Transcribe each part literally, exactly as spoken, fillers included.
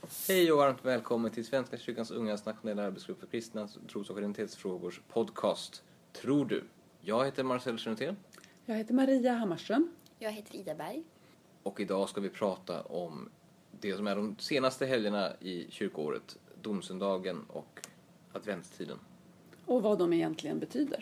Hej och varmt välkommen till Svenska kyrkans ungas nationella arbetsgrupp för kristna tros- och identitetsfrågors podcast Tror du? Jag heter Marcel Schönetén. Jag heter Maria Hammarström. Jag heter Ida Berg. Och idag ska vi prata om det som är de senaste helgerna i kyrkoåret, domsöndagen och adventstiden. Och vad de egentligen betyder.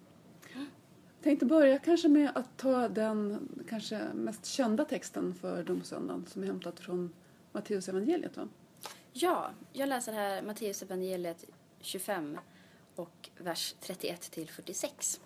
Jag tänkte börja kanske med att ta den kanske mest kända texten för domsöndagen som är hämtat från Matteus evangeliet, va? Ja, jag läser här Matteus evangeliet tjugofem och vers trettioett till fyrtiosex.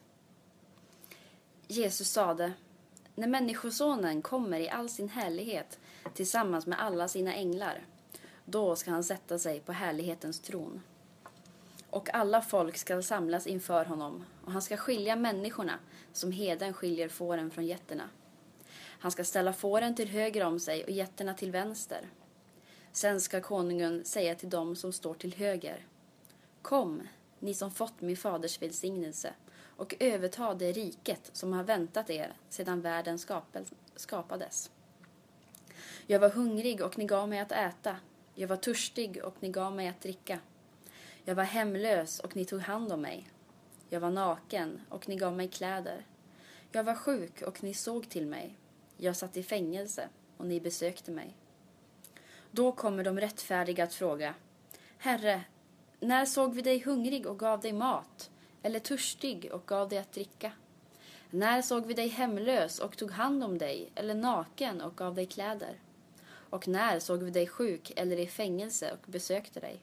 Jesus sade: när människosonen kommer i all sin härlighet tillsammans med alla sina änglar, då ska han sätta sig på härlighetens tron. Och alla folk ska samlas inför honom, och han ska skilja människorna som heden skiljer fåren från getterna. Han ska ställa fåren till höger om sig och getterna till vänster. Sen ska konungen säga till dem som står till höger: kom, ni som fått min faders välsignelse, och överta det riket som har väntat er sedan världen skapades. Jag var hungrig och ni gav mig att äta. Jag var törstig och ni gav mig att dricka. Jag var hemlös och ni tog hand om mig. Jag var naken och ni gav mig kläder. Jag var sjuk och ni såg till mig. Jag satt i fängelse och ni besökte mig. Då kommer de rättfärdiga att fråga: Herre, när såg vi dig hungrig och gav dig mat, eller törstig och gav dig att dricka? När såg vi dig hemlös och tog hand om dig, eller naken och gav dig kläder? Och när såg vi dig sjuk eller i fängelse och besökte dig?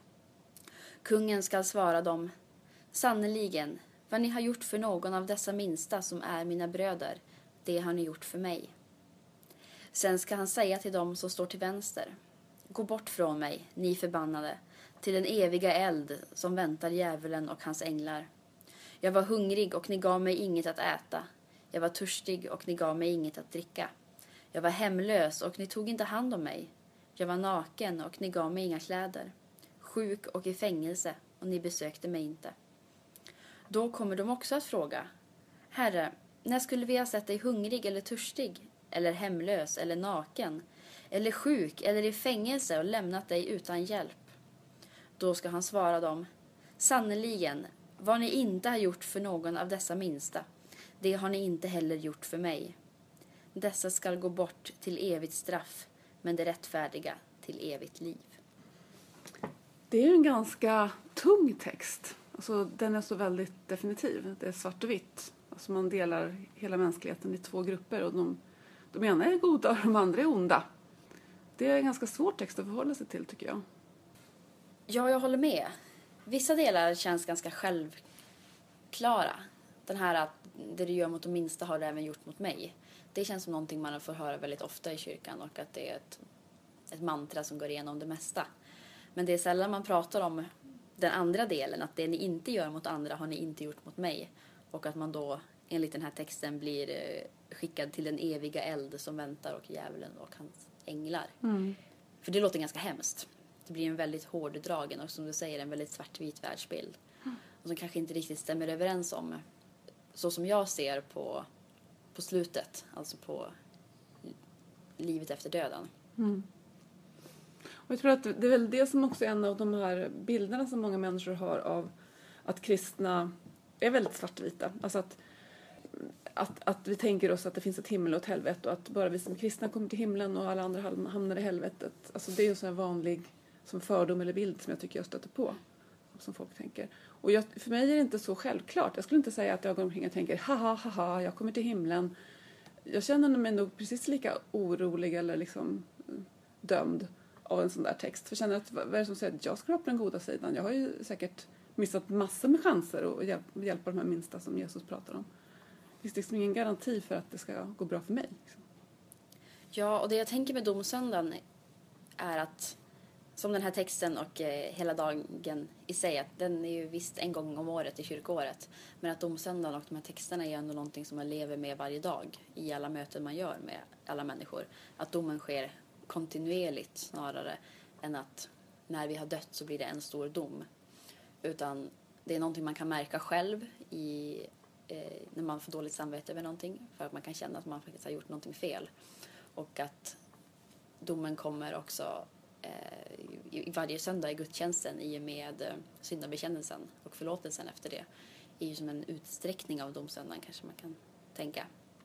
Kungen skall svara dem: sannoliken, vad ni har gjort för någon av dessa minsta som är mina bröder, det har ni gjort för mig. Sen ska han säga till dem som står till vänster: gå bort från mig, ni förbannade, till den eviga eld som väntar djävulen och hans änglar. Jag var hungrig och ni gav mig inget att äta. Jag var törstig och ni gav mig inget att dricka. Jag var hemlös och ni tog inte hand om mig. Jag var naken och ni gav mig inga kläder. Sjuk och i fängelse och ni besökte mig inte. Då kommer de också att fråga: Herre, när skulle vi ha sett dig hungrig eller törstig, eller hemlös eller naken, eller sjuk eller i fängelse och lämnat dig utan hjälp? Då ska han svara dem: sannoliken, vad ni inte har gjort för någon av dessa minsta, det har ni inte heller gjort för mig. Dessa skall gå bort till evigt straff, men det rättfärdiga till evigt liv. Det är ju en ganska tung text. Alltså, den är så väldigt definitiv. Det är svart och vitt. Alltså, man delar hela mänskligheten i två grupper. Och de, de ena är goda och de andra är onda. Det är en ganska svår text att förhålla sig till, tycker jag. Ja, jag håller med. Vissa delar känns ganska självklara. Den här att det du gör mot de minsta har du även gjort mot mig. Det känns som någonting man får höra väldigt ofta i kyrkan. Och att det är ett, ett mantra som går igenom det mesta. Men det är sällan man pratar om den andra delen. Att det ni inte gör mot andra har ni inte gjort mot mig. Och att man då enligt den här texten blir skickad till den eviga eld som väntar och djävulen och hans änglar. Mm. För det låter ganska hemskt. Det blir en väldigt hårddragen och som du säger en väldigt svartvit världsbild. Mm. Och som kanske inte riktigt stämmer överens om så som jag ser på, på slutet. Alltså på livet efter döden. Mm. Och jag tror att det är väl det som också är en av de här bilderna som många människor har av att kristna är väldigt svartvita. Alltså att, att, att vi tänker oss att det finns ett himmel och ett helvete och att bara vi som kristna kommer till himlen och alla andra hamnar i helvetet. Alltså det är ju en sån här vanlig som fördom eller bild som jag tycker jag stöter på. Som folk tänker. Och jag, för mig är det inte så självklart. Jag skulle inte säga att jag går omkring och tänker haha, haha, jag kommer till himlen. Jag känner mig nog precis lika orolig eller liksom dömd av en sån där text. För jag känner att vad är det som säger att jag ska vara på den goda sidan? Jag har ju säkert missat massor med chanser att hjälpa, hjälpa de här minsta som Jesus pratar om. Det finns liksom ingen garanti för att det ska gå bra för mig. Liksom. Ja, och det jag tänker med domsöndagen är att som den här texten och eh, hela dagen i sig, att den är ju visst en gång om året i kyrkåret. Men att domsöndagen och de här texterna är ändå någonting som man lever med varje dag i alla möten man gör med alla människor. Att domen sker kontinuerligt snarare än att när vi har dött så blir det en stor dom. Utan det är någonting man kan märka själv i, eh, när man får dåligt samvete över någonting. För att man kan känna att man faktiskt har gjort någonting fel. Och att domen kommer också eh, i varje söndag i gudstjänsten i och med eh, syndabekännelsen och förlåtelsen efter det är ju som en utsträckning av domsöndagen, kanske man kan tänka.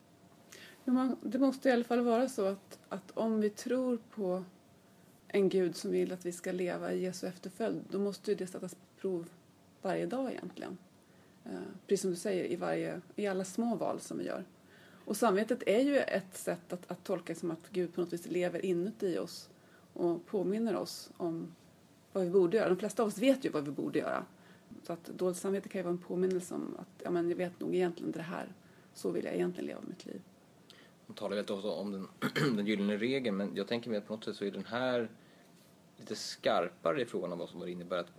Ja, man, det måste i alla fall vara så att, att om vi tror på en Gud som vill att vi ska leva i Jesu efterföljd, då måste ju det sättas på prov varje dag egentligen. Eh, precis som du säger, i, varje, i alla små val som vi gör. Och samvetet är ju ett sätt att, att tolka som att Gud på något vis lever inuti oss och påminner oss om vad vi borde göra. De flesta av oss vet ju vad vi borde göra. Så att dåligt samvete kan ju vara en påminnelse om att ja, men jag vet nog egentligen det här, så vill jag egentligen leva mitt liv. Man talar väldigt ofta om den, den gyllene regeln, men jag tänker mig att på något sätt så är den här lite skarpare i frågan om vad som vad det innebär att,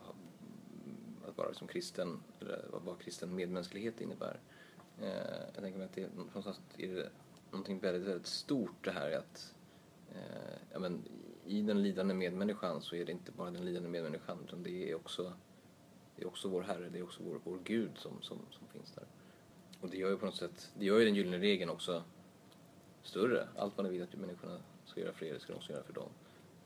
att vara som kristen, eller vad kristen medmänsklighet innebär. Eh, jag tänker mig att det någonstans är det någonting väldigt, väldigt stort det här att eh, ja, men, i den lidande medmänniskan så är det inte bara den lidande medmänniskan, utan det är också, det är också vår Herre, det är också vår, vår Gud som, som, som finns där. Och det gör ju på något sätt, det gör ju den gyllene regeln också större. Allt man vill att människorna ska göra för er ska de också göra för dem.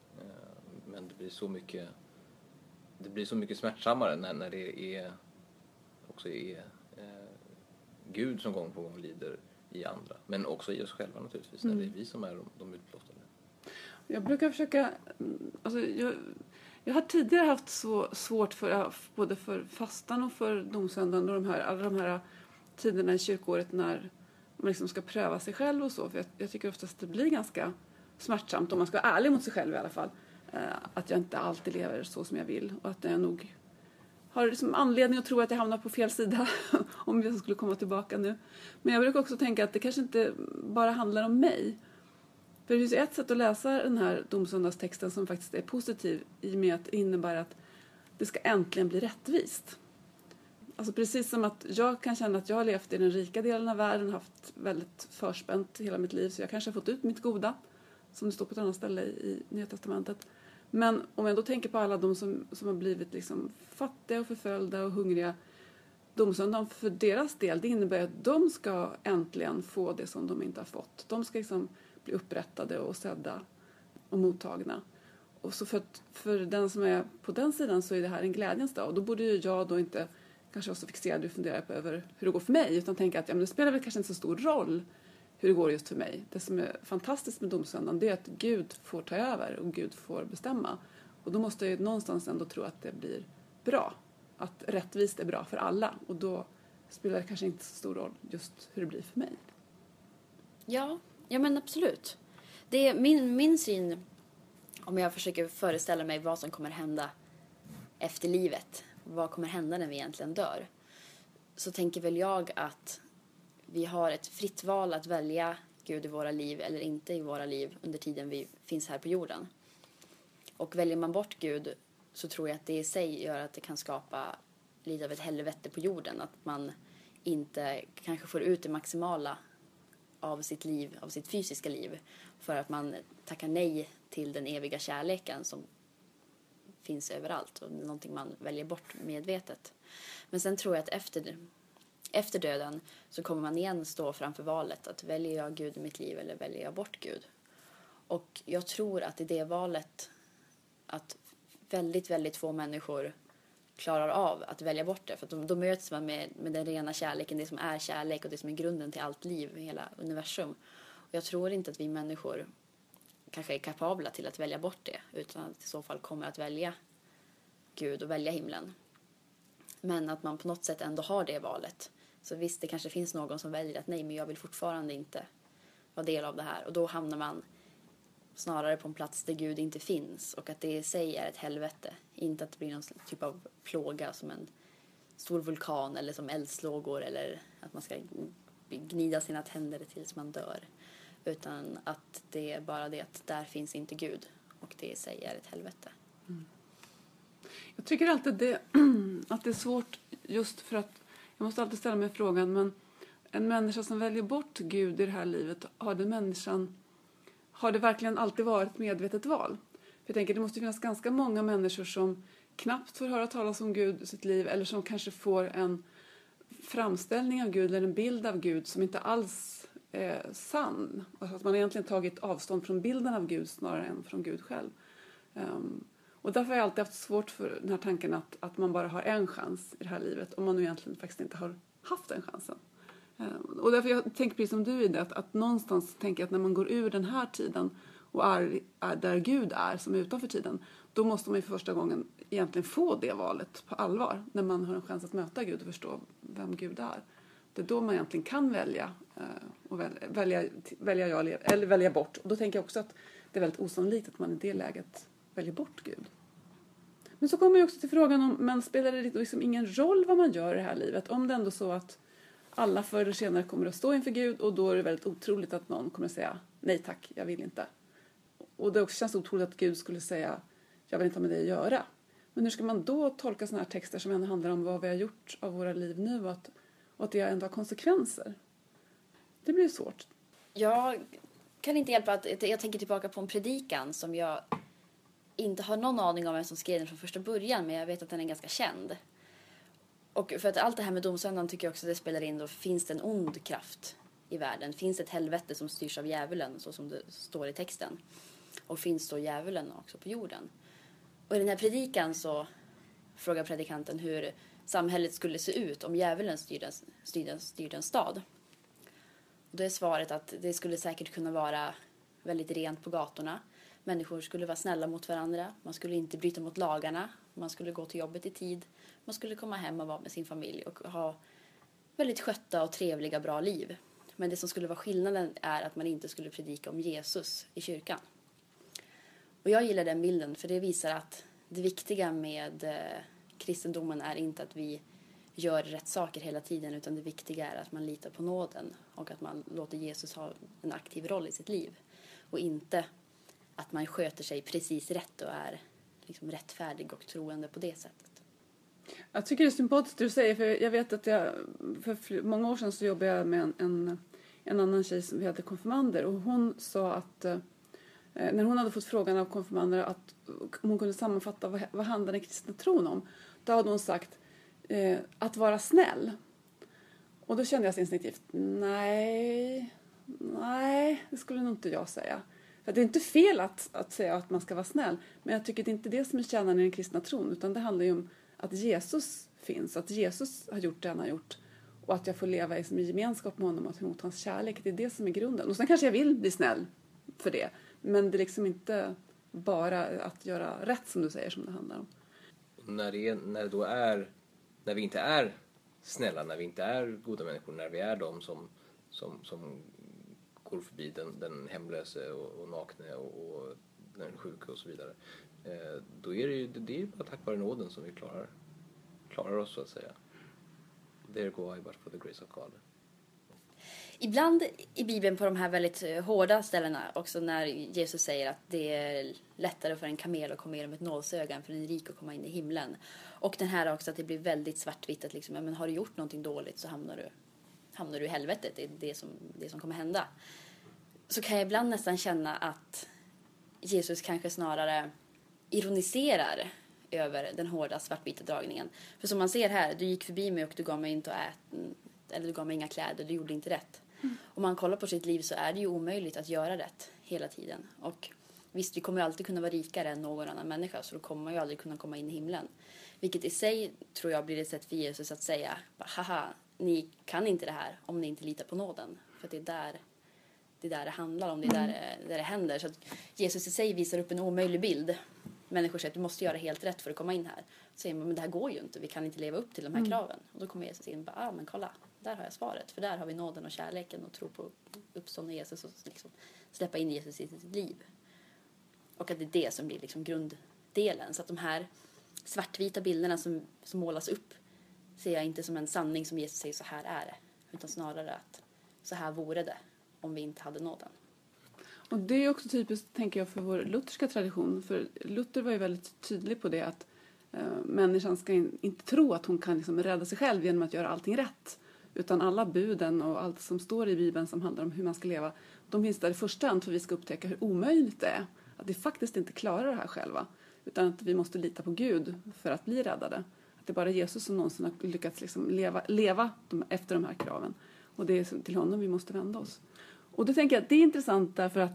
Men det blir så mycket det blir så mycket smärtsammare när, när det är också är eh, Gud som gång på gång lider i andra. Men också i oss själva naturligtvis, mm. när det är vi som är de, de utblottade. Jag brukar försöka, alltså jag, jag har tidigare haft så svårt för både för fastan och för domsöndagen och de här, alla de här tiderna i kyrkåret när man liksom ska pröva sig själv och så. För jag, jag tycker oftast det blir ganska smärtsamt, om man ska vara ärlig mot sig själv i alla fall. Eh, att jag inte alltid lever så som jag vill. Och att jag nog har liksom anledning att tro att jag hamnar på fel sida. Om jag skulle komma tillbaka nu. Men jag brukar också tänka att det kanske inte bara handlar om mig. För det finns ju ett sätt att läsa den här domsöndagstexten som faktiskt är positiv. I och med att det innebär att det ska äntligen bli rättvist. Alltså precis som att jag kan känna att jag har levt i den rika delen av världen, haft väldigt förspänt hela mitt liv, så jag kanske har fått ut mitt goda, som det står på ett annat ställe i Nya Testamentet. Men om jag då tänker på alla de som, som har blivit liksom fattiga och förföljda och hungriga, domsöndagen för deras del, det innebär att de ska äntligen få det som de inte har fått. De ska liksom bli upprättade och sedda och mottagna. Och så för, att, för den som är på den sidan så är det här en glädjens dag. Och då borde ju jag då inte kanske också fixerad och fundera på över hur det går för mig, utan tänka att ja, men det spelar väl kanske inte så stor roll hur det går just för mig. Det som är fantastiskt med domsöndagen, det är att Gud får ta över och Gud får bestämma. Och då måste jag ju någonstans ändå tro att det blir bra. Att rättvist är bra för alla. Och då spelar det kanske inte så stor roll just hur det blir för mig. Ja, ja men absolut. Det är min, min syn, om jag försöker föreställa mig vad som kommer hända efter livet. Vad kommer hända när vi egentligen dör? Så tänker väl jag att vi har ett fritt val att välja Gud i våra liv eller inte i våra liv under tiden vi finns här på jorden. Och väljer man bort Gud så tror jag att det i sig gör att det kan skapa lite av ett helvete på jorden. Att man inte kanske får ut det maximala av sitt liv, av sitt fysiska liv. För att man tackar nej till den eviga kärleken som finns överallt. Och det är någonting man väljer bort medvetet. Men sen tror jag att efter, efter döden så kommer man igen stå framför valet. Att väljer jag Gud i mitt liv eller väljer jag bort Gud? Och jag tror att i det valet att väldigt, väldigt få människor klarar av att välja bort det. För att då, då möts man med, med den rena kärleken, det som är kärlek och det som är grunden till allt liv i hela universum. Och jag tror inte att vi människor kanske är kapabla till att välja bort det, utan att i så fall kommer att välja Gud och välja himlen. Men att man på något sätt ändå har det valet. Så visst, det kanske finns någon som väljer att nej, men jag vill fortfarande inte vara del av det här. Och då hamnar man snarare på en plats där Gud inte finns. Och att det i sig är ett helvete. Inte att det blir någon typ av plåga som en stor vulkan eller som eldslågor. Eller att man ska gnida sina tänder tills man dör. Utan att det är bara det att där finns inte Gud. Och det i sig är ett helvete. Mm. Jag tycker alltid det, att det är svårt just för att jag måste alltid ställa mig frågan, men en människa som väljer bort Gud i det här livet, har den människan, har det verkligen alltid varit ett medvetet val? För jag tänker det måste finnas ganska många människor som knappt får höra talas om Gud i sitt liv, eller som kanske får en framställning av Gud eller en bild av Gud som inte alls är sann. Alltså att man egentligen tagit avstånd från bilden av Gud snarare än från Gud själv. Um, Och därför har jag alltid haft svårt för den här tanken att, att man bara har en chans i det här livet. Om man nu egentligen faktiskt inte har haft den chansen. Och därför jag tänker precis som du i det. Att, att någonstans tänker jag att när man går ur den här tiden och är, är där Gud är, som är utanför tiden. Då måste man ju för första gången egentligen få det valet på allvar. När man har en chans att möta Gud och förstå vem Gud är. Det är då man egentligen kan välja. Och välja, välja, välja jag eller välja bort. Och då tänker jag också att det är väldigt osannolikt att man i det läget väljer bort Gud. Men så kommer jag också till frågan om, men spelar det liksom ingen roll vad man gör i det här livet? Om det är ändå så att alla förr eller senare kommer att stå inför Gud och då är det väldigt otroligt att någon kommer att säga nej tack, jag vill inte. Och det också känns otroligt att Gud skulle säga jag vill inte ha med det att göra. Men hur ska man då tolka såna här texter som ändå handlar om vad vi har gjort av våra liv nu och att, och att det ändå har konsekvenser? Det blir svårt. Jag kan inte hjälpa att jag tänker tillbaka på en predikan som jag inte har någon aning om vem som skrev den från första början, men jag vet att den är ganska känd. Och för att allt det här med domsöndagen tycker jag också det spelar in då, finns det en ond kraft i världen? Finns det ett helvete som styrs av djävulen, så som det står i texten? Och finns då djävulen också på jorden? Och i den här predikan så frågar predikanten hur samhället skulle se ut om djävulen styrde, styrde, styrde en stad. Och då är svaret att det skulle säkert kunna vara väldigt rent på gatorna. Människor skulle vara snälla mot varandra. Man skulle inte bryta mot lagarna. Man skulle gå till jobbet i tid. Man skulle komma hem och vara med sin familj och ha väldigt skötta och trevliga, bra liv. Men det som skulle vara skillnaden är att man inte skulle predika om Jesus i kyrkan. Och jag gillar den bilden för det visar att det viktiga med eh, kristendomen är inte att vi gör rätt saker hela tiden, utan det viktiga är att man litar på nåden och att man låter Jesus ha en aktiv roll i sitt liv. Och inte att man sköter sig precis rätt och är liksom rättfärdig och troende på det sättet. Jag tycker det är sympatiskt det du säger, för jag vet att jag för många år sedan så jobbade jag med en, en, en annan tjej som vi hade konfirmander, och hon sa att eh, när hon hade fått frågan av konfirmander att om hon kunde sammanfatta vad, vad handlar den kristna tron om, då hade hon sagt eh, att vara snäll. Och då kände jag instinktivt, nej, nej, det skulle nog inte jag säga. För det är inte fel att, att säga att man ska vara snäll, men jag tycker det är inte det som är kärnan i den kristna tron, utan det handlar ju om att Jesus finns, att Jesus har gjort det han har gjort och att jag får leva i, som i gemenskap med honom och ta emot hans kärlek. Det är det som är grunden. Och sen kanske jag vill bli snäll för det, men det är liksom inte bara att göra rätt som du säger som det handlar om. När det, när det då är, när vi inte är snälla, när vi inte är goda människor, när vi är de som, som, som går förbi den, den hemlöse och, och nakne och, och den sjuka och så vidare, eh, då är det ju det är bara tack vare nåden som vi klarar, klarar oss så att säga. There go I but for the grace of God. Ibland i Bibeln på de här väldigt hårda ställena, också när Jesus säger att det är lättare för en kamel att komma igenom ett nålsöga än för en rik att komma in i himlen. Och den här också att det blir väldigt svartvitt, att liksom, ja, men har du gjort någonting dåligt så hamnar du, hamnar du i helvetet, det är det som, det som kommer hända. Så kan jag ibland nästan känna att Jesus kanske snarare ironiserar över den hårda svartvita dragningen. För som man ser här, du gick förbi mig och du gav mig inte att äta, eller du gav mig inga kläder, du gjorde inte rätt. Mm. Om man kollar på sitt liv så är det ju omöjligt att göra rätt hela tiden. Och visst, vi kommer ju alltid kunna vara rikare än någon annan människa, så då kommer man ju aldrig kunna komma in i himlen. Vilket i sig tror jag blir ett sätt för Jesus att säga, haha, ni kan inte det här om ni inte litar på nåden. För det är där det, är där det handlar om, det är där, där det händer. Så att Jesus i sig visar upp en omöjlig bild. Människor säger att du måste göra helt rätt för att komma in här. Så säger man, men det här går ju inte, vi kan inte leva upp till de här mm. kraven. Och då kommer Jesus in och bara, ah, men kolla, där har jag svaret. För där har vi nåden och kärleken och tro på uppståndne Jesus och liksom släppa in Jesus i sitt liv. Och att det är det som blir liksom grunddelen. Så att de här svartvita bilderna som, som målas upp ser jag inte som en sanning som Jesus säger så här är det. Utan snarare att så här vore det om vi inte hade nåden. Och det är också typiskt, tänker jag, för vår lutherska tradition. För Luther var ju väldigt tydlig på det att eh, människan ska in, inte tro att hon kan liksom rädda sig själv genom att göra allting rätt. Utan alla buden och allt som står i Bibeln som handlar om hur man ska leva, de finns där i första hand för att vi ska upptäcka hur omöjligt det är. Att vi faktiskt inte klarar det här själva. Utan att vi måste lita på Gud för att bli räddade. Att det är bara Jesus som någonsin har lyckats liksom leva, leva de, efter de här kraven. Och det är till honom vi måste vända oss. Och då tänker jag att det är intressant därför att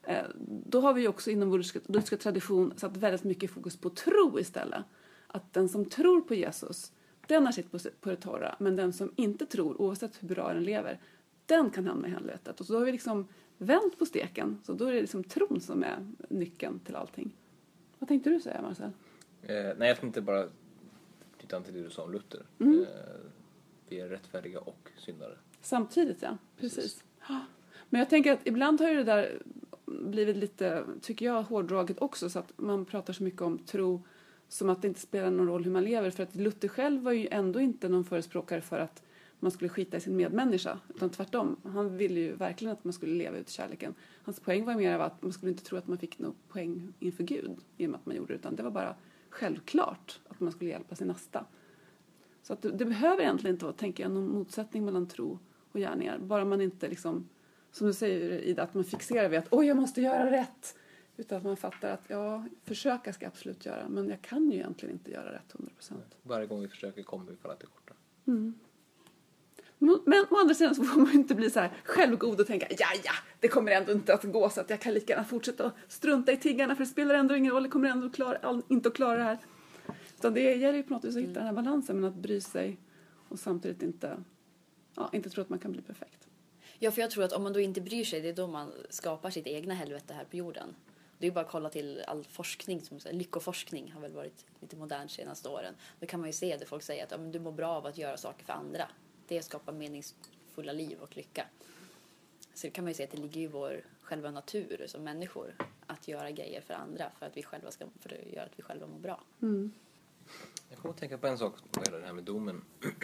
Eh, då har vi också inom vår lutherska tradition satt väldigt mycket fokus på tro istället. Att den som tror på Jesus, den har sitt på, på det torra. Men den som inte tror, oavsett hur bra den lever, den kan hamna i helvetet. Och så har vi liksom vänt på steken. Så då är det liksom tron som är nyckeln till allting. Vad tänkte du säga, Marcel? Eh, nej, jag tänkte bara knyta an till det du sa om Luther. Mm. Eh, vi är rättfärdiga och syndare. Samtidigt, ja. Precis. Precis. Men jag tänker att ibland har ju det där blivit lite, tycker jag, hårdraget också. Så att man pratar så mycket om tro som att det inte spelar någon roll hur man lever. För att Luther själv var ju ändå inte någon förespråkare för att man skulle skita i sin medmänniska. Utan tvärtom. Han ville ju verkligen att man skulle leva ut kärleken. Hans poäng var mer av att man skulle inte tro att man fick någon poäng inför Gud i och med att man gjorde det. Utan det var bara självklart att man skulle hjälpa sin nästa. Så att det, det behöver egentligen inte vara, tänker jag, någon motsättning mellan tro och gärningar. Bara man inte liksom, som du säger Ida, att man fixerar vid att oj, jag måste göra rätt. Utan att man fattar att ja, försöka ska jag absolut göra. Men jag kan ju egentligen inte göra rätt hundra procent. Varje gång vi försöker kommer vi falla till korta. Mm. Men å andra sidan så får man ju inte bli så här självgod och tänka ja, ja, det kommer ändå inte att gå så att jag kan lika gärna fortsätta att strunta i tiggarna för det spelar ändå ingen roll, jag kommer ändå klara, inte att klara det här. Så det gäller ju på något vis att hitta den här balansen, men att bry sig och samtidigt inte, ja, inte tro att man kan bli perfekt. Ja, för jag tror att om man då inte bryr sig, det är då man skapar sitt egna helvete här på jorden. Det är ju bara att kolla till all forskning, som så här, lyckoforskning har väl varit lite modern de senaste åren. Då kan man ju se det folk säger att ja, men du mår bra av att göra saker för andra. Det skapar meningsfulla liv och lycka. Så det kan man ju se att det ligger i vår själva natur som människor att göra grejer för andra för att vi själva ska, för att göra att vi själva mår bra. Mm. Jag kommer att tänka på en sak vad gäller det här med domen.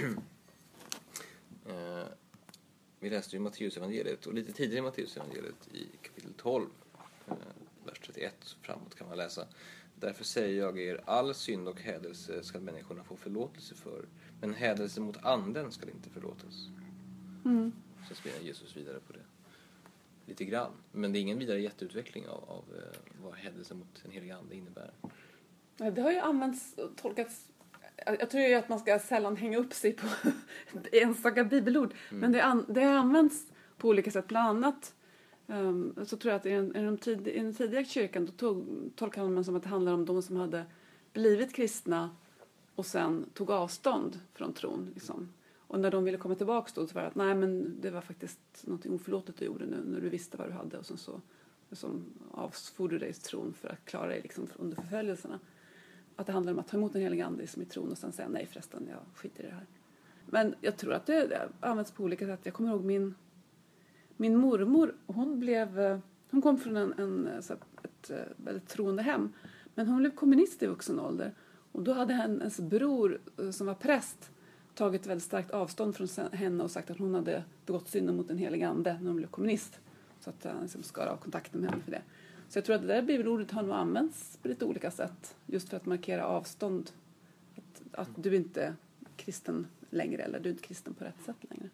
eh, vi läste ju Matteusevangeliet och lite tidigare i Matteusevangeliet i kapitel tolv, eh, vers trettioett framåt kan man läsa. Därför säger jag er, all synd och hädelse ska människorna få förlåtelse för, men hädelse mot anden ska inte förlåtas. Mm. Så spelar Jesus vidare på det lite grann. Men det är ingen vidare jätteutveckling av, av eh, vad hädelse mot en helig ande innebär. Det har ju använts och tolkats. Jag tror ju att man ska sällan hänga upp sig på enstaka bibelord. Mm. Men det, an, det har använts på olika sätt. Bland annat um, så tror jag att i den, i, de tid, i den tidiga kyrkan då tog, tolkade man som att det handlar om de som hade blivit kristna och sen tog avstånd från tron. Liksom. Och när de ville komma tillbaka då så var det att nej, men det var faktiskt något oförlåtet du gjorde nu när du visste vad du hade. Och sen så liksom, avsfor du dig i tron för att klara dig liksom, under förföljelserna. Att det handlar om att ta emot en helig ande som i tron och sen säga nej förresten, jag skiter i det här. Men jag tror att det, det används på olika sätt. Jag kommer ihåg min, min mormor, hon blev, hon kom från en, en, så ett väldigt troende hem. Men hon blev kommunist i vuxen ålder. Och då hade hennes bror som var präst tagit väldigt starkt avstånd från henne och sagt att hon hade begått synden mot en helig ande när hon blev kommunist. Så att han liksom skar av kontakten med henne för det. Så jag tror att det där bibelordet har nog använts på lite olika sätt. Just för att markera avstånd. Att, att du inte är kristen längre. Eller du är inte kristen på rätt sätt längre.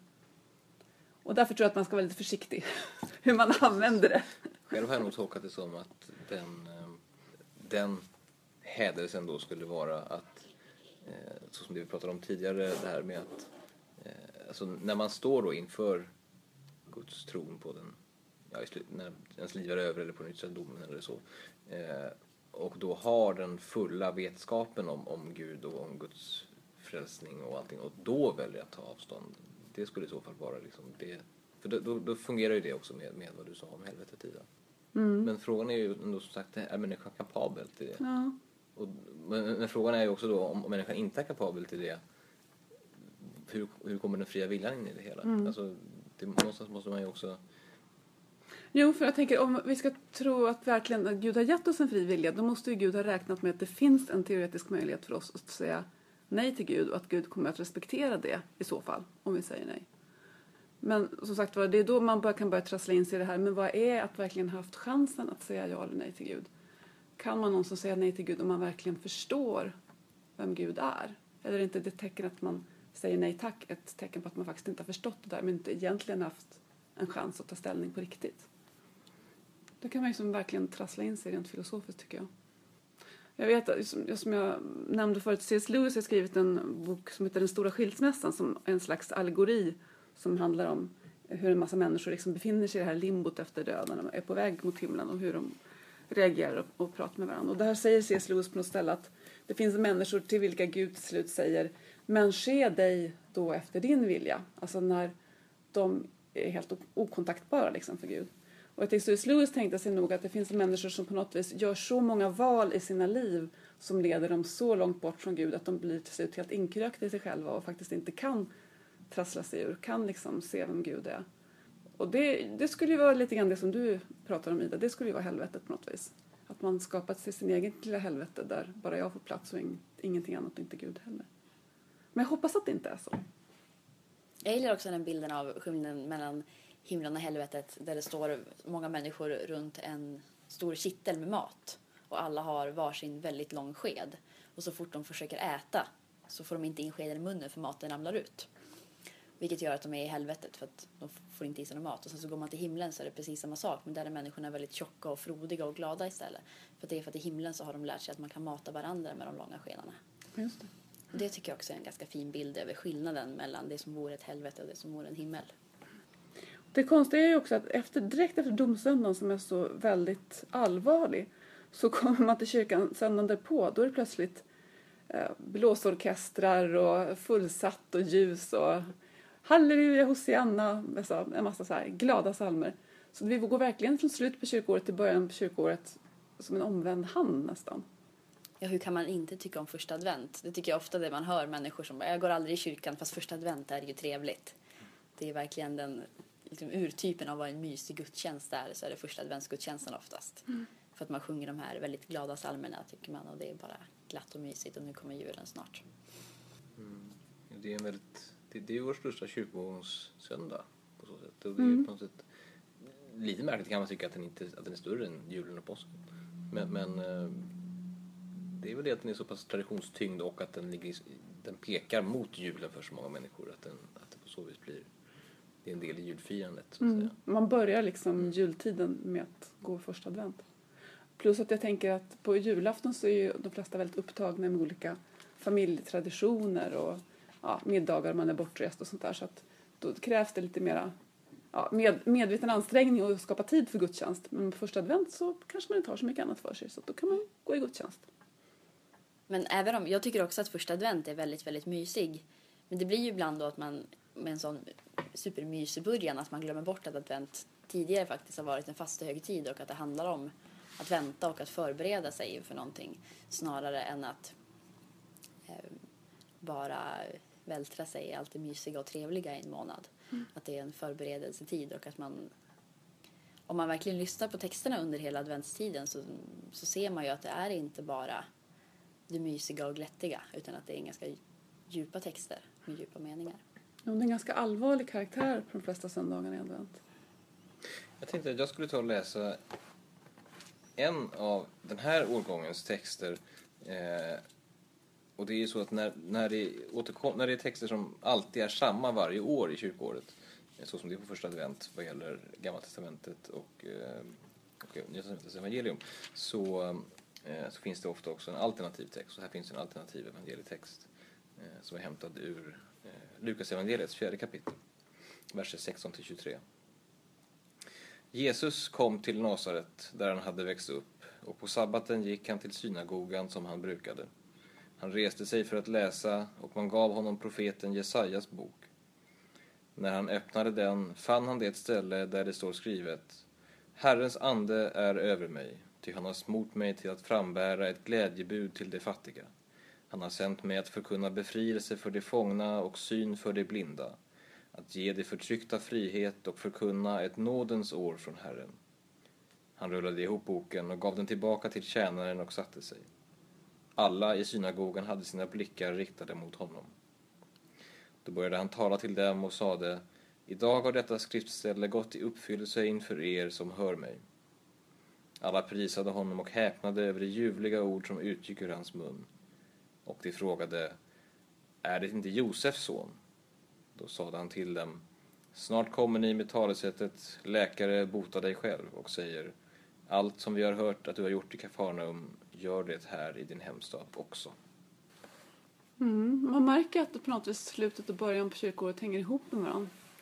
Och därför tror jag att man ska vara lite försiktig. Hur man använder det. Själv har jag nog tolkat det som att den, den hädelsen då skulle vara att, så som det vi pratade om tidigare, det här med att alltså när man står då inför Guds tron på den, ja, när ens liv är över eller på nytt domen eller så, eh, och då har den fulla vetskapen om, om Gud och om Guds frälsning och allting, och då väljer att ta avstånd. Det skulle i så fall vara liksom det, för då, då fungerar ju det också med, med vad du sa om helvetet Ida. Mm. Men frågan är ju ändå som sagt, är människan kapabel till det? Ja. Och, men, men frågan är ju också då, om, om människan inte är kapabel till det, hur, hur kommer den fria viljan in i det hela? Mm. Alltså, det, någonstans måste man ju också... Jo, för jag tänker om vi ska tro att verkligen att Gud har gett oss en fri vilja, då måste ju Gud ha räknat med att det finns en teoretisk möjlighet för oss att säga nej till Gud och att Gud kommer att respektera det i så fall, om vi säger nej. Men som sagt var, det är då man bara kan börja trassla in sig i det här. Men vad är att verkligen haft chansen att säga ja eller nej till Gud? Kan man någonsin säga nej till Gud om man verkligen förstår vem Gud är? Eller är inte det tecken att man säger nej tack ett tecken på att man faktiskt inte har förstått det där, men inte egentligen haft en chans att ta ställning på riktigt? Då kan man ju som verkligen trassla in sig rent filosofiskt, tycker jag. Jag vet att, som jag nämnde förut, C S Lewis har skrivit en bok som heter Den stora skilsmässan, som är en slags allegori som handlar om hur en massa människor liksom befinner sig i det här limbot efter döden. De är på väg mot himlen och hur de reagerar och, och pratar med varandra. Och där säger C S. Lewis på något ställe att det finns människor till vilka Gud till slut säger men ske dig då efter din vilja. Alltså när de är helt okontaktbara liksom för Gud. Och jag tänkte C S. Lewis tänkte sig nog att det finns människor som på något vis gör så många val i sina liv som leder dem så långt bort från Gud att de blir till slut helt inkrökta i sig själva och faktiskt inte kan trassla sig ur, kan liksom se vem Gud är. Och det, det skulle ju vara lite grann det som du pratar om, Ida. Det skulle ju vara helvetet på något vis. Att man skapat sig sin egen lilla helvete där bara jag får plats och ing, ingenting annat och inte Gud heller. Men jag hoppas att det inte är så. Jag gillar också den bilden av skillnaden mellan himlen och helvetet där det står många människor runt en stor kittel med mat och alla har varsin väldigt lång sked. Och så fort de försöker äta så får de inte in skeden i munnen för maten ramlar ut. Vilket gör att de är i helvetet för att de får inte i sig någon mat. Och sen så går man till himlen så är det precis samma sak. Men där är människorna väldigt tjocka och frodiga och glada istället. För det är för att i himlen så har de lärt sig att man kan mata varandra med de långa skedarna. Just det. Och det tycker jag också är en ganska fin bild över skillnaden mellan det som vore ett helvete och det som vore en himmel. Det konstiga är ju också att efter, direkt efter domsöndagen som är så väldigt allvarlig så kommer man till kyrkan söndagen därpå. Då är det plötsligt eh, blåsorkestrar och fullsatt och ljus och halleluja, Hosianna, en massa så här glada psalmer. Så vi går verkligen från slut på kyrkåret till början på kyrkåret som en omvänd hand nästan. Ja, hur kan man inte tycka om första advent? Det tycker jag ofta det man hör människor som jag går aldrig i kyrkan fast första advent är ju trevligt. Det är verkligen den liksom, urtypen av vad en mysig gudstjänst är, så är det första adventsgudstjänsten oftast. Mm. För att man sjunger de här väldigt glada psalmerna tycker man och det är bara glatt och mysigt och nu kommer julen snart. Mm. Det är en väldigt Det, det är vår största kyrkogångssöndag på så sätt. Och det är mm. på något sätt lite märkligt kan man tycka att den, inte, att den är större än julen och påsken. Men, men det är väl det att den är så pass traditionstyngd och att den, ligger, den pekar mot julen för så många människor. Att, den, att det på så vis blir det är en del i julfirandet. Så att mm. säga. Man börjar liksom jultiden med att gå första advent. Plus att jag tänker att på julafton så är ju de flesta väldigt upptagna med olika familjetraditioner och ja, middagar man är bortrest och sånt där. Så att då krävs det lite mera ja, med, medveten ansträngning och skapa tid för gudstjänst. Men på första advent så kanske man inte har så mycket annat för sig. Så då kan man gå i gudstjänst. Men även om, jag tycker också att första advent är väldigt, väldigt mysig. Men det blir ju ibland då att man med en sån supermysig början att man glömmer bort att advent tidigare faktiskt har varit en fasta högtid och att det handlar om att vänta och att förbereda sig för någonting snarare än att eh, bara vältra sig i allt det mysiga och trevliga i en månad. Mm. Att det är en förberedelsetid och att man om man verkligen lyssnar på texterna under hela adventstiden så, så ser man ju att det är inte bara det mysiga och glättiga utan att det är ganska djupa texter med djupa meningar. Ja, det är en ganska allvarlig karaktär på de flesta söndagarna i advent. Jag tänkte att jag skulle ta och läsa en av den här årgångens texter. Eh, och det är ju så att när, när, det återkom, när det är texter som alltid är samma varje år i kyrkåret, så som det är på första advent vad gäller Gamla testamentet och, eh, och Nya testamentets evangelium, så, eh, så finns det ofta också en alternativ text. Och här finns en alternativ evangelietext eh, som är hämtad ur eh, Lukas evangeliets fjärde kapitel, verser sexton till tjugotre. Jesus kom till Nasaret där han hade växt upp och på sabbaten gick han till synagogan som han brukade. Han reste sig för att läsa och man gav honom profeten Jesajas bok. När han öppnade den fann han det ett ställe där det står skrivet: Herrens ande är över mig, ty han har smort mig till att frambära ett glädjebud till de fattiga. Han har sänt mig att förkunna befrielse för de fångna och syn för de blinda, att ge de förtryckta frihet och förkunna ett nådens år från Herren. Han rullade ihop boken och gav den tillbaka till tjänaren och satte sig. Alla i synagogan hade sina blickar riktade mot honom. Då började han tala till dem och sade: Idag har detta skriftställe gått i uppfyllelse inför er som hör mig. Alla prisade honom och häpnade över de ljuvliga ord som utgick ur hans mun. Och de frågade: Är det inte Josefs son? Då sade han till dem: Snart kommer ni med talesättet läkare, bota dig själv, och säger: Allt som vi har hört att du har gjort i Kafarnaum, gör det här i din hemstad också. Mm, man märker att det på något vis slutet och början på kyrkåret hänger ihop med varandra.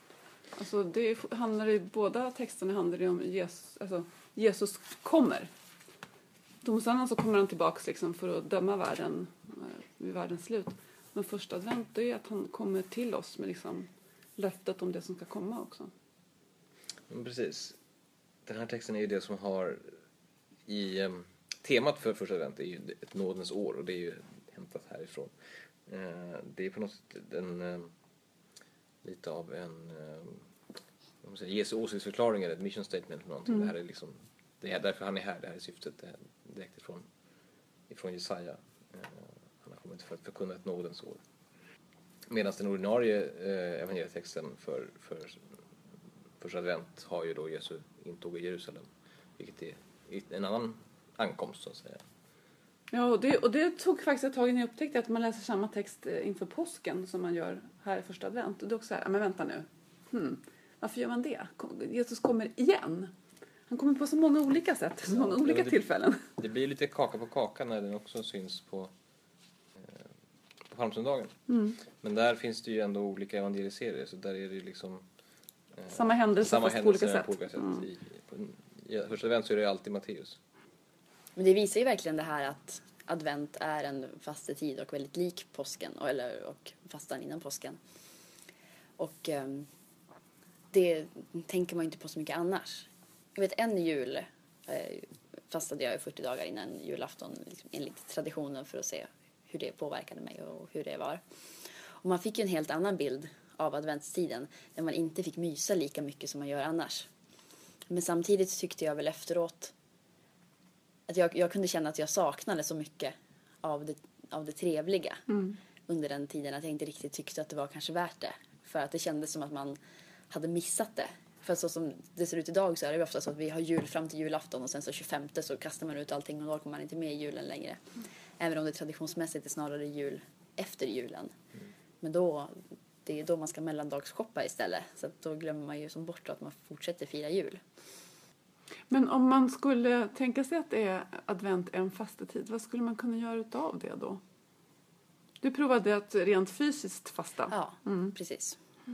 Alltså det handlar i båda texterna handlar det om Jesus, alltså Jesus kommer. Domsdagen så kommer han tillbaks liksom för att döma världen vid världens slut. Men första advent är att han kommer till oss med liksom löftet om det som ska komma också. Men precis. Den här texten är ju det som har i um, temat för första advent är ju ett nådens år, och det är ju hämtat härifrån. Uh, det är på något sätt en, uh, lite av en uh, vad man säger, Jesu åsiktsförklaring eller ett mission statement eller någonting. Mm. Det här är liksom, det är därför han är här, det här är syftet, det här är direkt ifrån, ifrån Jesaja. Uh, han har kommit för att förkunna ett nådens år. Medan den ordinarie uh, evangelietexten för, för första advent har ju då Jesu intåg i Jerusalem, vilket är en annan ankomst så att säga. Ja, och det, och det tog faktiskt ett tag innan jag upptäckte att man läser samma text inför påsken som man gör här i första advent. Och det är också så här, men vänta nu. Hmm, varför gör man det? Jesus kommer igen. Han kommer på så många olika sätt, så många ja, olika det, tillfällen. Det blir lite kaka på kaka när den också syns på, eh, på palmsöndagen. Mm. Men där finns det ju ändå olika evangeliserier, så där är det ju liksom eh, samma händelse samma fast händelse på olika sätt. På olika sätt. Mm. I, på, i första advent så är det alltid Matteus. Men det visar ju verkligen det här att advent är en fastetid och väldigt lik påsken, eller, och fastan innan påsken. Och um, det tänker man inte på så mycket annars. Jag vet en jul eh, fastade jag i fyrtio dagar innan julafton liksom, enligt traditionen för att se hur det påverkade mig och hur det var. Och man fick ju en helt annan bild av adventstiden där man inte fick mysa lika mycket som man gör annars. Men samtidigt tyckte jag väl efteråt att jag, jag kunde känna att jag saknade så mycket av det, av det trevliga mm. under den tiden att jag inte riktigt tyckte att det var kanske värt det. För att det kändes som att man hade missat det. För så som det ser ut idag så är det ofta så att vi har jul fram till julafton och sen så tjugofemte så kastar man ut allting och då kommer man inte med i julen längre. Mm. Även om det traditionsmässigt är snarare jul efter julen. Mm. Men då, det är då man ska mellandagsshoppa istället. Så att då glömmer man ju som bort att man fortsätter fira jul. Men om man skulle tänka sig att det är advent en fastetid, vad skulle man kunna göra utav det då? Du provade att rent fysiskt fasta. Ja, mm. precis.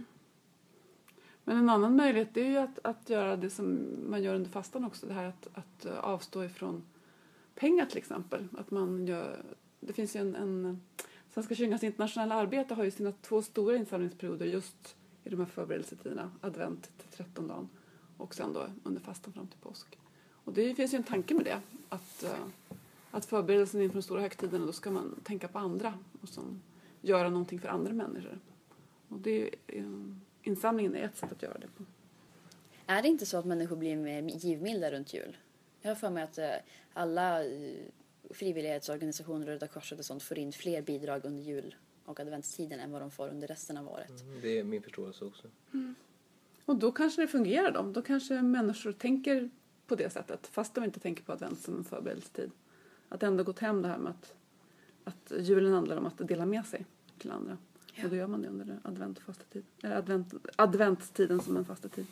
Men en annan möjlighet är ju att, att göra det som man gör under fastan också. Det här att, att avstå ifrån pengar till exempel. Att man gör, det finns ju en, en Svenska kyrkans internationella arbete har ju sina två stora insamlingsperioder just i de här förberedelsetiderna. Advent till trettondagen och sen då under fastan fram till påsk. Och det finns ju en tanke med det. Att, att förberedelsen inför de stora högtiderna, då ska man tänka på andra och som göra någonting för andra människor. Och det är, insamlingen är ett sätt att göra det på. Är det inte så att människor blir mer givmilda runt jul? Jag har för mig att alla frivillighetsorganisationer och Röda Korset och sånt får in fler bidrag under jul och adventstiden än vad de får under resten av året. Mm, det är min förståelse också. Mm. Och då kanske det fungerar då. Då kanske människor tänker på det sättet. Fast de inte tänker på advent som en förberedelsetid. Att ändå gått hem det här med att, att julen handlar om att dela med sig till andra. Ja. Och då gör man det under advent och fastetid. Eller advent, adventstiden som en fastetid.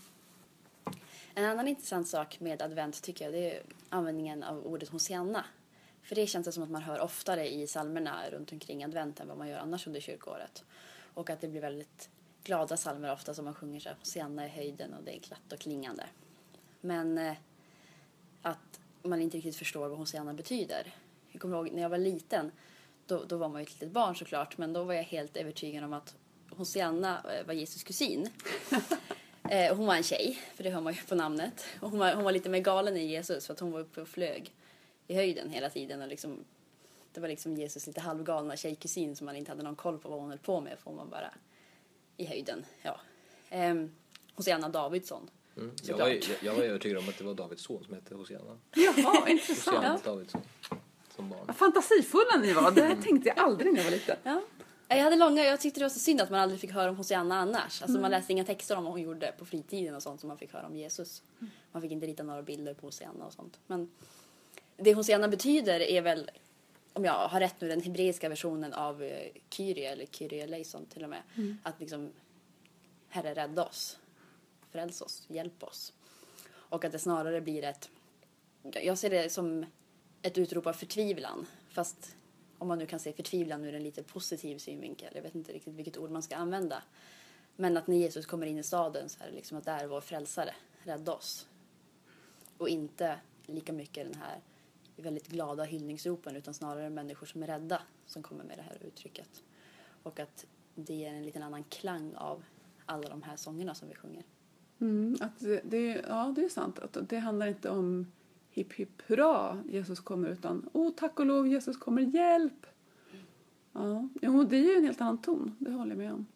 En annan intressant sak med advent tycker jag, det är användningen av ordet Hosianna. För det känns som att man hör oftare i psalmerna runt omkring advent än vad man gör annars under kyrkåret. Och att det blir väldigt glada psalmer ofta som man sjunger så här, Hosianna i höjden och det är glatt och klingande. Men eh, att man inte riktigt förstår vad Hosianna betyder. Jag kommer ihåg när jag var liten, då, då var man ju ett litet barn såklart, men då var jag helt övertygad om att Hosianna var Jesus kusin. eh, hon var en tjej, för det hör man ju på namnet. Och hon var, hon var lite mer galen än Jesus för att hon var uppe och flög i höjden hela tiden. Och liksom, det var liksom Jesus lite halvgalna tjejkusin som man inte hade någon koll på vad hon höll på med, för hon var bara i höjden. Ja. Eh, Hosianna Davidsson. Mm. Jag, var, jag, jag var övertygad om att det var Davids son som hette Hosianna. Jaha, intressant. Hosianna Davidsson som barn. Fantasifulla ni var, det tänkte jag aldrig när jag var liten. Ja. Jag hade långa, jag tyckte det var så synd att man aldrig fick höra om Hosianna annars. Alltså mm. man läste inga texter om vad hon gjorde på fritiden och sånt som man fick höra om Jesus. Man fick inte rita några bilder på Hosianna och sånt. Men det Hosianna betyder är väl, om jag har rätt nu, den hebreiska versionen av Kyrie eller Kyrie eleison till och med. Mm. Att liksom, Herre rädda oss, fräls oss, hjälp oss. Och att det snarare blir ett, jag ser det som ett utrop av förtvivlan. Fast om man nu kan se förtvivlan ur en lite positiv synvinkel. Jag vet inte riktigt vilket ord man ska använda. Men att när Jesus kommer in i staden så är det liksom att där vår frälsare rädda oss. Och inte lika mycket den här väldigt glada hyllningsropen utan snarare människor som är rädda som kommer med det här uttrycket. Och att det ger en liten annan klang av alla de här sångerna som vi sjunger. Mm, att det, det, ja, det är sant. Att det handlar inte om hipp hipp hurra, Jesus kommer, utan åh, tack och lov, Jesus kommer, hjälp! Ja, jo, det är ju en helt annan ton, det håller jag med om.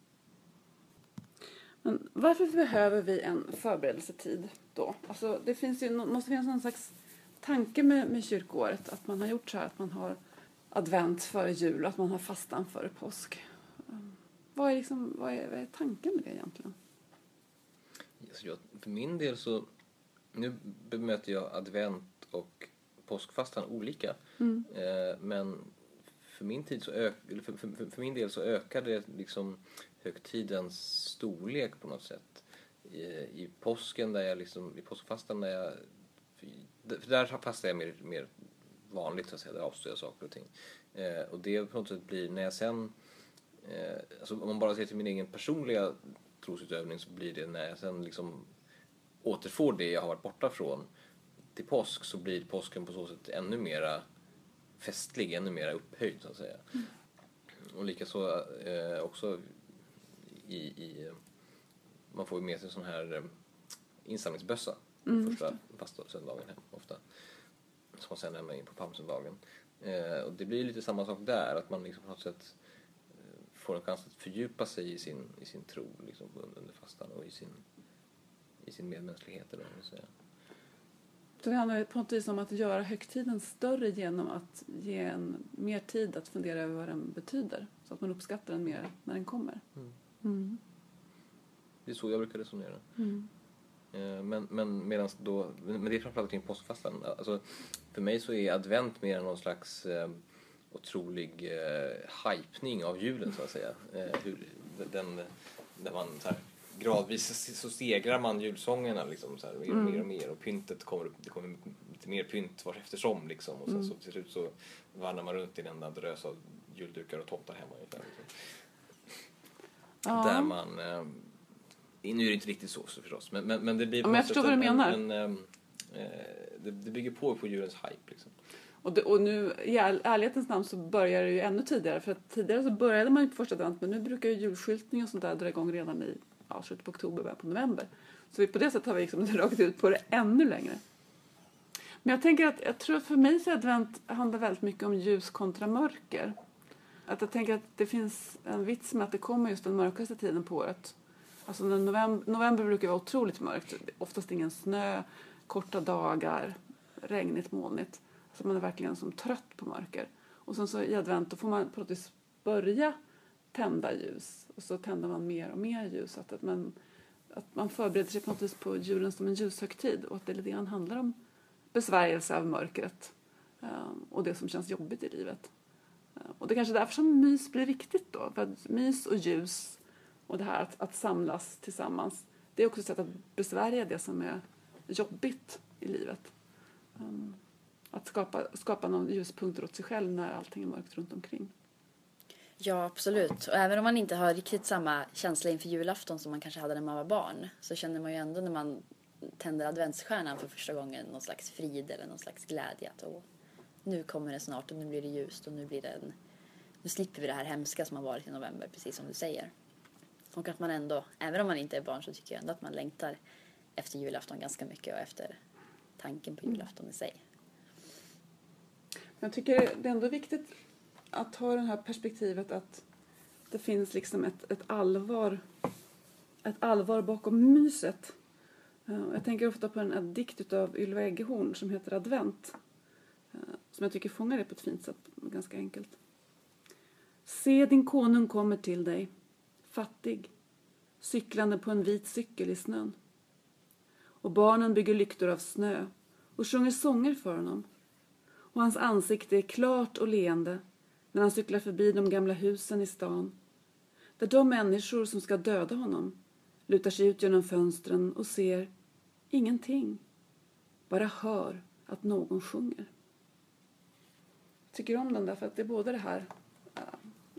Men varför behöver vi en förberedelsetid då? Alltså, det finns ju, måste finnas någon slags tanke med, med kyrkoåret, att man har gjort så här, att man har advent före jul och att man har fastan före påsk. Vad är, liksom, vad är, vad är tanken med det egentligen? Alltså jag, för min del så, nu bemöter jag advent och påskfastan olika. Mm. Eh, men för min, tid så ök, för, för, för min del så ökade liksom högtidens storlek på något sätt. I, i påsken där jag liksom, i påskfastan där jag, för där fastar jag mer, mer vanligt så att säga, där avstår jag saker och ting. Eh, och det på något sätt blir, när jag sen, eh, alltså om man bara ser till min egen personliga trosutövning så blir det när jag sen liksom återfår det jag har varit borta från till påsk, så blir påsken på så sätt ännu mera festlig, ännu mera upphöjd så att säga. Mm. Och likaså eh, också i, i man får ju med sig sån här eh, insamlingsbössa mm. första fasta söndagen hem, ofta, som man sen lämnar in på palmsöndagen. Eh, och det blir lite samma sak där, att man liksom på något sätt eh, får en chans att fördjupa sig i sin, i sin tro liksom, under fastan och i sin, i sin medmänsklighet eller vad man säga. Så det handlar på något vis om att göra högtiden större genom att ge en mer tid att fundera över vad den betyder. Så att man uppskattar den mer när den kommer. Mm. Mm. Det är så jag brukar resonera. Mm. Men, men, medans då, men det är framförallt kring påskfastan. Alltså, för mig så är advent mer någon slags eh, otrolig eh, hypning av julen så att säga. Eh, hur, den, där man så här, gradvis så stegrar man julsångerna liksom, så här, mer och mer och mer, och pyntet kommer, det kommer lite mer pynt var eftersom liksom, och sen mm. så till slut så vandrar man runt i en enda drös av juldukar och tomtar hemma ungefär, liksom. Ja. Där man eh, nu är det inte riktigt så, så förstås, men, men, men det blir ja, men jag förstår vad du menar. En, en, eh, det, det bygger på på julens hype liksom. Och, det, och nu i ärlighetens namn så börjar det ju ännu tidigare, för att tidigare så började man ju på första advent, men nu brukar ju julskyltning och sånt där dra igång redan i ja, slutet på oktober, början på november. Så vi, på det sättet har vi liksom dragit ut på det ännu längre. Men jag tänker att, jag tror att för mig så advent handlar väldigt mycket om ljus kontra mörker. Att jag tänker att det finns en vits med att det kommer just den mörkaste tiden på året. Alltså när november, november brukar vara otroligt mörkt. Oftast ingen snö, korta dagar, regnigt, molnigt. Så man är verkligen som trött på mörker. Och sen så i advent då får man på något vis börja tända ljus. Och så tänder man mer och mer ljus. Att, att, man, att man förbereder sig på något vis på julen som en ljushögtid. Och att det lite grann handlar om besvärjelse av mörkret. Um, och det som känns jobbigt i livet. Uh, och det är kanske därför som mys blir viktigt då. För att mys och ljus och det här att, att samlas tillsammans. Det är också ett sätt att besvärja det som är jobbigt i livet. Um, att skapa, skapa någon ljuspunkt åt sig själv när allting är mörkt runt omkring. Ja, absolut. Och även om man inte har riktigt samma känsla inför julafton som man kanske hade när man var barn, så känner man ju ändå när man tänder adventsstjärnan för första gången någon slags frid eller någon slags glädje. Att åh, nu kommer det snart och nu blir det ljust och nu blir det en, nu slipper vi det här hemska som har varit i november, precis som du säger. Och att man ändå, även om man inte är barn, så tycker jag ändå att man längtar efter julafton ganska mycket och efter tanken på julafton i sig. Jag tycker det är ändå viktigt att ha det här perspektivet att det finns liksom ett, ett allvar ett allvar bakom myset. Jag tänker ofta på en, en dikt av Ylva Eggehorn som heter Advent, som jag tycker fångar det på ett fint sätt, ganska enkelt. Se, din konung kommer till dig, fattig, cyklande på en vit cykel i snön. Och barnen bygger lyktor av snö och sjunger sånger för honom. Och hans ansikte är klart och leende när han cyklar förbi de gamla husen i stan. Där de människor som ska döda honom lutar sig ut genom fönstren och ser ingenting. Bara hör att någon sjunger. Jag tycker om den där för att det är både det här att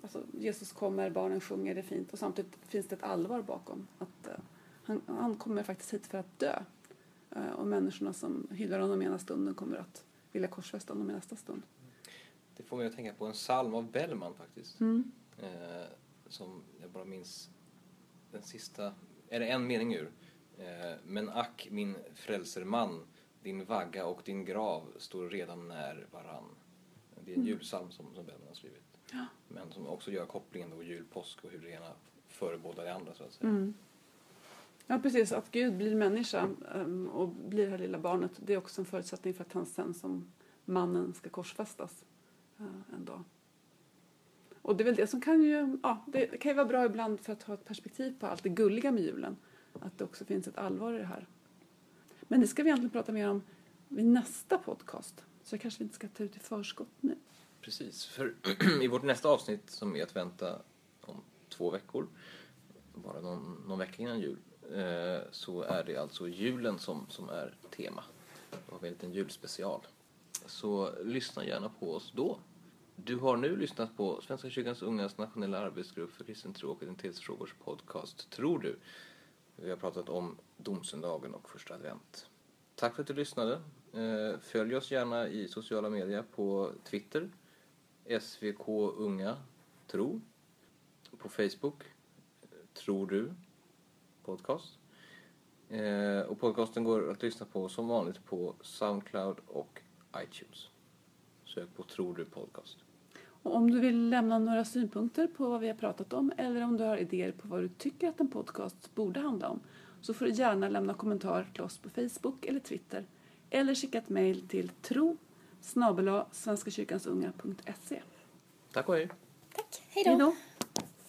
alltså, Jesus kommer, barnen sjunger, det är fint. Och samtidigt finns det ett allvar bakom. Att uh, han, han kommer faktiskt hit för att dö. Uh, och människorna som hyllar honom ena stunden kommer att vilja korsfästa honom i nästa stund. Det får mig att tänka på en psalm av Bellman faktiskt. Mm. Eh, som jag bara minns den sista, är det en mening ur. Eh, men ack min frälserman, din vagga och din grav står redan när varann. Det är en mm. julpsalm som, som Bellman har skrivit. Ja. Men som också gör kopplingen då jul, påsk och hur det ena förebådar det andra så att säga. Mm. Ja, precis. Att Gud blir människa um, och blir det här lilla barnet, det är också en förutsättning för att han sen som mannen ska korsfästas uh, en dag. Och det är väl det som kan ju, ja, det kan ju vara bra ibland för att ha ett perspektiv på allt det gulliga med julen. Att det också finns ett allvar i det här. Men det ska vi egentligen prata mer om vid nästa podcast. Så jag kanske inte ska ta ut i förskott nu. Precis, för i vårt nästa avsnitt som är att vänta om två veckor, bara någon, någon vecka innan jul, eh, så är det alltså julen som, som är tema. Det har vi en liten julspecial. Så lyssna gärna på oss då. Du har nu lyssnat på Svenska kyrkans ungas nationella arbetsgrupp för kristen tro och identitetsfrågors podcast Tror du? Vi har pratat om domsöndagen och första advent. Tack för att du lyssnade. Följ oss gärna i sociala medier på Twitter, S V K Unga Tro, på Facebook, Tror du podcast. Och podcasten går att lyssna på som vanligt på SoundCloud och iTunes. Sök på Tror du podcast. Och om du vill lämna några synpunkter på vad vi har pratat om eller om du har idéer på vad du tycker att en podcast borde handla om, så får du gärna lämna kommentar till oss på Facebook eller Twitter eller skicka ett mejl till tro snabel-a svenskakyrkansunga punkt se. Tack och hej. Tack, hej då.